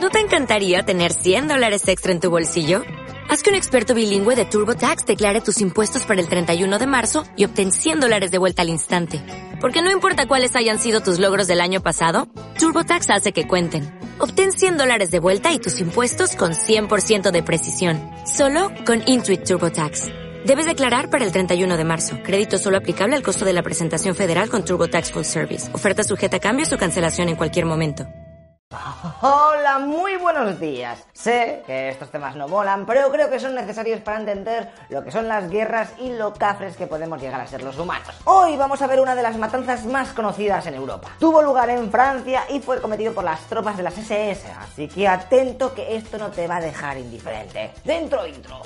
¿No te encantaría tener $100 extra en tu bolsillo? Haz que un experto bilingüe de TurboTax declare tus impuestos para el 31 de marzo y obtén $100 de vuelta al instante. Porque no importa cuáles hayan sido tus logros del año pasado, TurboTax hace que cuenten. Obtén $100 de vuelta y tus impuestos con 100% de precisión. Solo con Intuit TurboTax. Debes declarar para el 31 de marzo. Crédito solo aplicable al costo de la presentación federal con TurboTax Full Service. Oferta sujeta a cambios o cancelación en cualquier momento. Hola, muy buenos días. Sé que estos temas no molan, pero creo que son necesarios para entender lo que son las guerras y lo cafres que podemos llegar a ser los humanos. Hoy vamos a ver una de las matanzas más conocidas en Europa. Tuvo lugar en Francia y fue cometido por las tropas de las SS, así que atento que esto no te va a dejar indiferente. Dentro intro.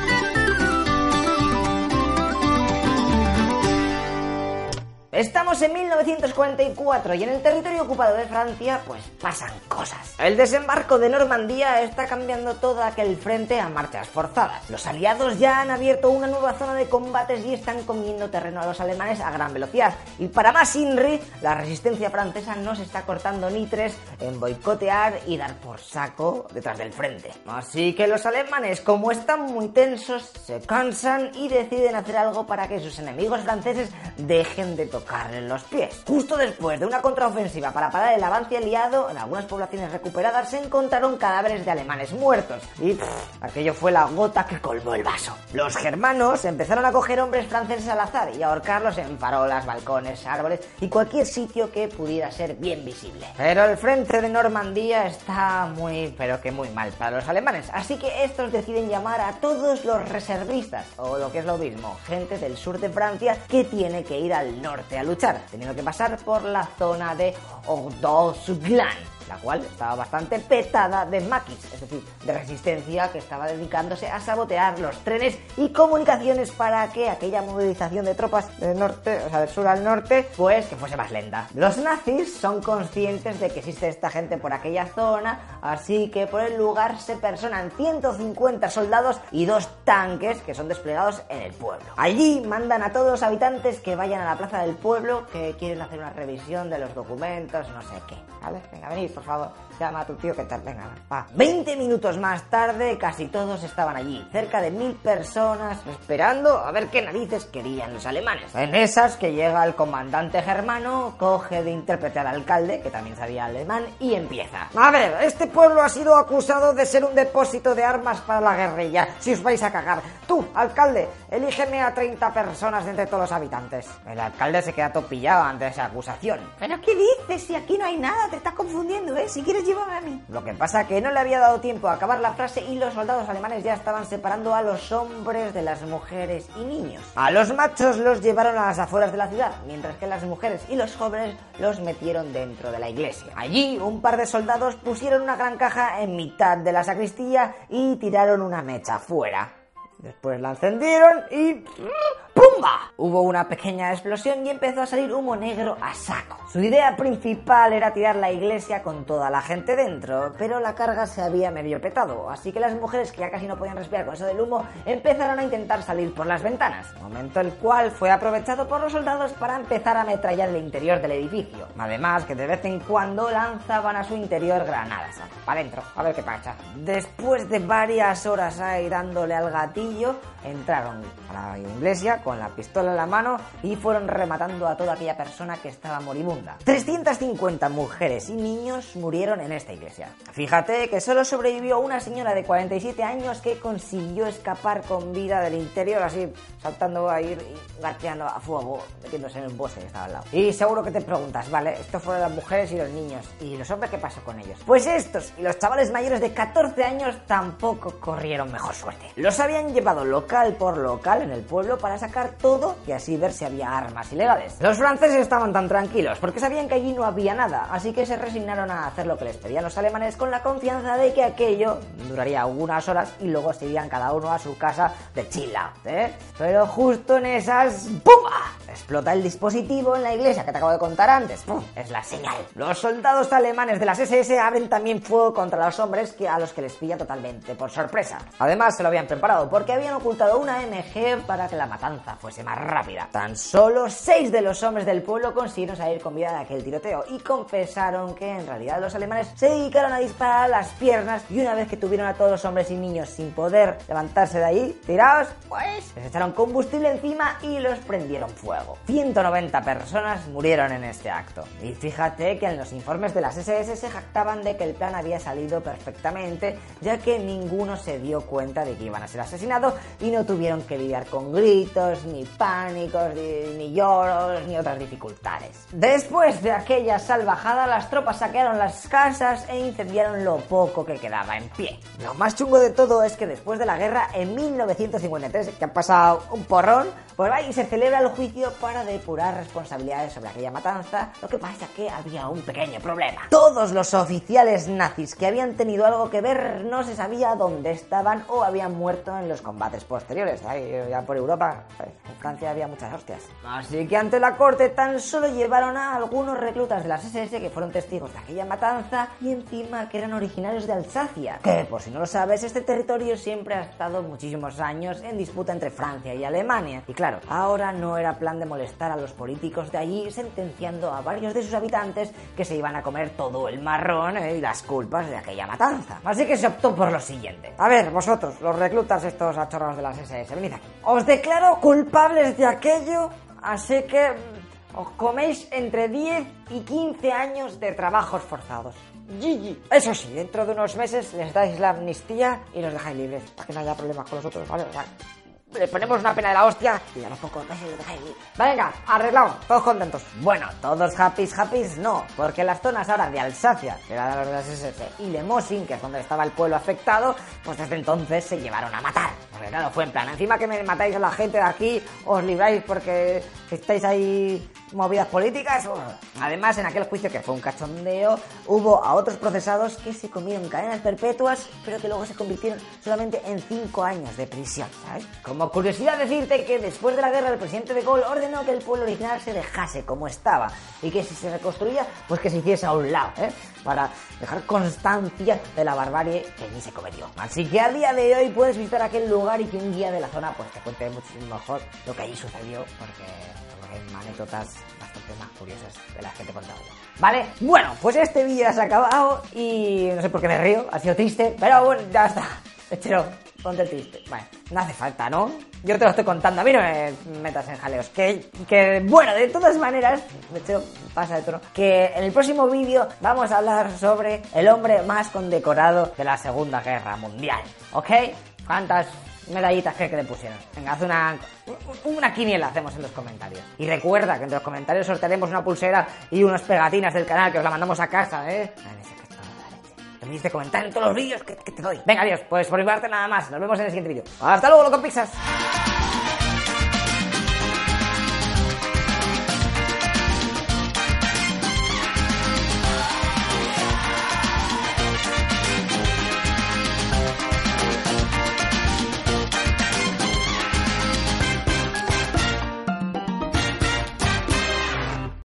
Estamos en 1944 y en el territorio ocupado de Francia, pues pasan cosas. El desembarco de Normandía está cambiando todo aquel frente a marchas forzadas. Los aliados ya han abierto una nueva zona de combates y están comiendo terreno a los alemanes a gran velocidad. Y para más INRI, la resistencia francesa no se está cortando ni tres en boicotear y dar por saco detrás del frente. Así que los alemanes, como están muy tensos, se cansan y deciden hacer algo para que sus enemigos franceses dejen de tocarle los pies. Justo después de una contraofensiva para parar el avance aliado, en algunas poblaciones recuperadas se encontraron cadáveres de alemanes muertos y aquello fue la gota que colmó el vaso. Los germanos empezaron a coger hombres franceses al azar y a ahorcarlos en farolas, balcones, árboles y cualquier sitio que pudiera ser bien visible. Pero el frente de Normandía está muy, pero que muy mal para los alemanes, así que estos deciden llamar a todos los reservistas, o lo que es lo mismo, gente del sur de Francia que tiene que ir al norte a luchar, teniendo que pasar por la zona de Ordosglan, la cual estaba bastante petada de maquis, es decir, de resistencia que estaba dedicándose a sabotear los trenes y comunicaciones para que aquella movilización de tropas del norte, o sea, del sur al norte, pues que fuese más lenta. Los nazis son conscientes de que existe esta gente por aquella zona, así que por el lugar se personan 150 soldados y 2 tanques que son desplegados en el pueblo. Allí mandan a todos los habitantes que vayan a la plaza del pueblo, que quieren hacer una revisión de los documentos, no sé qué, ¿vale? Venga, venid, por favor, llama a tu tío que tal, venga, va. 20 minutos más tarde, casi todos estaban allí, cerca de 1000 personas, esperando a ver qué narices querían los alemanes. En esas que llega el comandante germano, coge de intérprete al alcalde, que también sabía alemán, y empieza. A ver, este pueblo ha sido acusado de ser un depósito de armas para la guerrilla, si os vais a cagar. Tú, alcalde, elígeme a 30 personas de entre todos los habitantes. El alcalde se queda todo pillado ante esa acusación. ¿Pero qué dices? Si aquí no hay nada, te estás confundiendo, ¿eh? Si quieres llévame a mí. Lo que pasa que no le había dado tiempo a acabar la frase y los soldados alemanes ya estaban separando a los hombres de las mujeres y niños. A los machos los llevaron a las afueras de la ciudad, mientras que las mujeres y los jóvenes los metieron dentro de la iglesia. Allí un par de soldados pusieron una gran caja en mitad de la sacristía y tiraron una mecha fuera. Después la encendieron y ¡pumba! Hubo una pequeña explosión y empezó a salir humo negro a saco. Su idea principal era tirar la iglesia con toda la gente dentro, pero la carga se había medio petado, así que las mujeres, que ya casi no podían respirar con eso del humo, empezaron a intentar salir por las ventanas, momento el cual fue aprovechado por los soldados para empezar a ametrallar el interior del edificio. Además que de vez en cuando lanzaban a su interior granadas. Para adentro, a ver qué pasa. Después de varias horas ahí dándole al gatillo, entraron a la iglesia con la pistola en la mano y fueron rematando a toda aquella persona que estaba moribunda. 350 mujeres y niños murieron en esta iglesia. Fíjate que solo sobrevivió una señora de 47 años que consiguió escapar con vida del interior, así saltando a ir y gateando a fuego, metiéndose en un bosque que estaba al lado. Y seguro que te preguntas, vale, estos fueron las mujeres y los niños, ¿y los hombres qué pasó con ellos? Pues estos y los chavales mayores de 14 años tampoco corrieron mejor suerte. Los habían llevado local por local en el pueblo para sacar todo y así ver si había armas ilegales. Los franceses estaban tan tranquilos porque sabían que allí no había nada, así que se resignaron a hacer lo que les pedían los alemanes con la confianza de que aquello duraría unas horas y luego se irían cada uno a su casa de chill out, ¿eh? Pero justo en esas ¡pum! explota el dispositivo en la iglesia que te acabo de contar antes. ¡Pum! Es la señal. Los soldados alemanes de las SS abren también fuego contra los hombres a los que les pilla totalmente por sorpresa. Además se lo habían preparado porque habían ocultado una MG para que la matanza fuese más rápida. Tan solo 6 de los hombres del pueblo consiguieron salir con vida de aquel tiroteo y confesaron que en realidad los alemanes se dedicaron a disparar a las piernas y una vez que tuvieron a todos los hombres y niños sin poder levantarse de ahí, tirados, pues les echaron combustible encima y los prendieron fuego. 190 personas murieron en este acto. Y fíjate que en los informes de las SS se jactaban de que el plan había salido perfectamente, ya que ninguno se dio cuenta de que iban a ser asesinados y no tuvieron que lidiar con gritos, ni pánicos, ni lloros, ni otras dificultades. Después de aquella salvajada, las tropas saquearon las casas e incendiaron lo poco que quedaba en pie. Lo más chungo de todo es que después de la guerra, en 1953, que ha pasado un porrón, pues va y se celebra el juicio para depurar responsabilidades sobre aquella matanza. Lo que pasa es que había un pequeño problema. Todos los oficiales nazis que habían tenido algo que ver no se sabía dónde estaban o habían muerto en los combates posteriores. Ahí, ya por Europa, pues, en Francia había muchas hostias. Así que ante la corte tan solo llevaron a algunos reclutas de las SS que fueron testigos de aquella matanza y encima que eran originarios de Alsacia. Que, por si no lo sabes, este territorio siempre ha estado muchísimos años en disputa entre Francia y Alemania. Y claro, ahora no era plan de molestar a los políticos de allí, sentenciando a varios de sus habitantes que se iban a comer todo el marrón y las culpas de aquella matanza. Así que se optó por lo siguiente. A ver, vosotros, los reclutas estos achorrados de las SS, venid aquí. Os declaro culpables de aquello, así que os coméis entre 10 y 15 años de trabajos forzados. Gigi. Eso sí, dentro de unos meses les dais la amnistía y los dejáis libres, para que no haya problemas con los otros, ¿vale? O sea, le ponemos una pena de la hostia y a los pocos meses lo dejáis libres. Venga, arreglado, todos contentos. Bueno, todos happy no, porque las zonas ahora de Alsacia, que era de las SS, y Lemosín, que es donde estaba el pueblo afectado, pues desde entonces se llevaron a matar. Porque claro, fue en plan, encima que me matáis a la gente de aquí, os libráis porque estáis ahí movidas políticas. Además, en aquel juicio que fue un cachondeo, hubo a otros procesados que se comieron cadenas perpetuas, pero que luego se convirtieron solamente en 5 años de prisión, ¿sabes? Como curiosidad decirte que después de la guerra el presidente de Gaulle ordenó que el pueblo original se dejase como estaba y que si se reconstruía, pues que se hiciese a un lado, para dejar constancia de la barbarie que ni se cometió. Así que a día de hoy puedes visitar aquel lugar y que un guía de la zona pues te cuente muchísimo mejor lo que allí sucedió, porque hay anécdotas bastante más curiosas de las que te he contado yo. ¿Vale? Bueno, pues este vídeo ya se ha acabado y no sé por qué me río, ha sido triste, pero bueno, ya está. Lechero, ponte triste. Bueno, no hace falta, ¿no? Yo te lo estoy contando, a mí no me metas en jaleos. Que bueno, de todas maneras, Lechero, pasa de tono, que en el próximo vídeo vamos a hablar sobre el hombre más condecorado de la Segunda Guerra Mundial, ¿ok? ¿Cuántas medallitas que le pusieron? Venga, haz una quiniela, hacemos en los comentarios. Y recuerda que entre los comentarios sortearemos una pulsera y unas pegatinas del canal que os la mandamos a casa, ¿eh? No olvides de comentar en todos los vídeos que te doy. Venga, adiós, pues por mi parte nada más. Nos vemos en el siguiente vídeo. ¡Hasta luego, loco pizzas!